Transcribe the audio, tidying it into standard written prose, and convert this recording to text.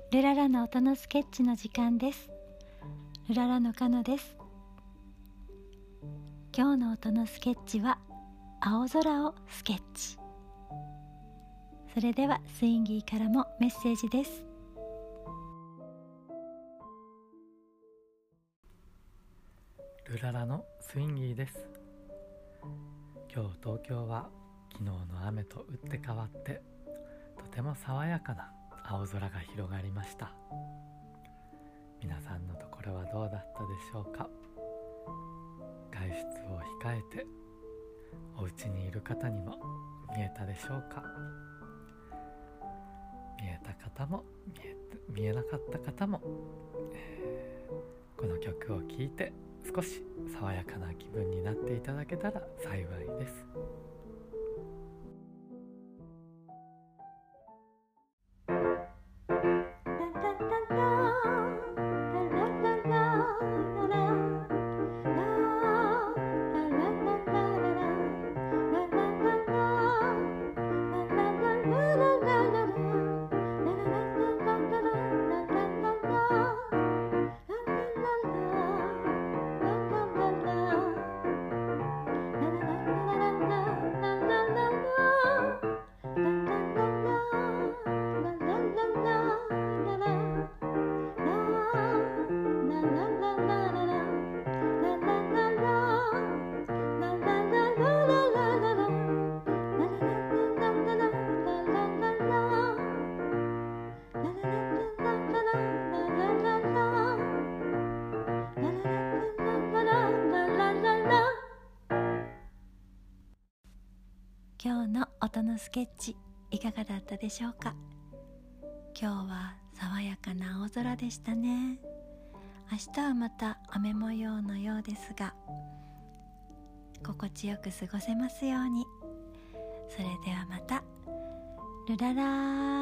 ルララの音のスケッチの時間です。ルララのかのです。今日の音のスケッチは青空をスケッチ。それではスインギーからもメッセージです。 ルララのスインギーです。今日東京は昨日の雨と打って変わってとても爽やかな青空が広がりました。皆さんのところはどうだったでしょうか。外出を控えてお家にいる方にも見えたでしょうか。見えた方も見えなかった方も、この曲を聴いて少し爽やかな気分になっていただけたら幸いです。 今日の音のスケッチいかがだったでしょうか。今日は爽やかな青空でしたね。明日はまた雨模様のようですが、心地よく過ごせますように。それではまた。ルララー。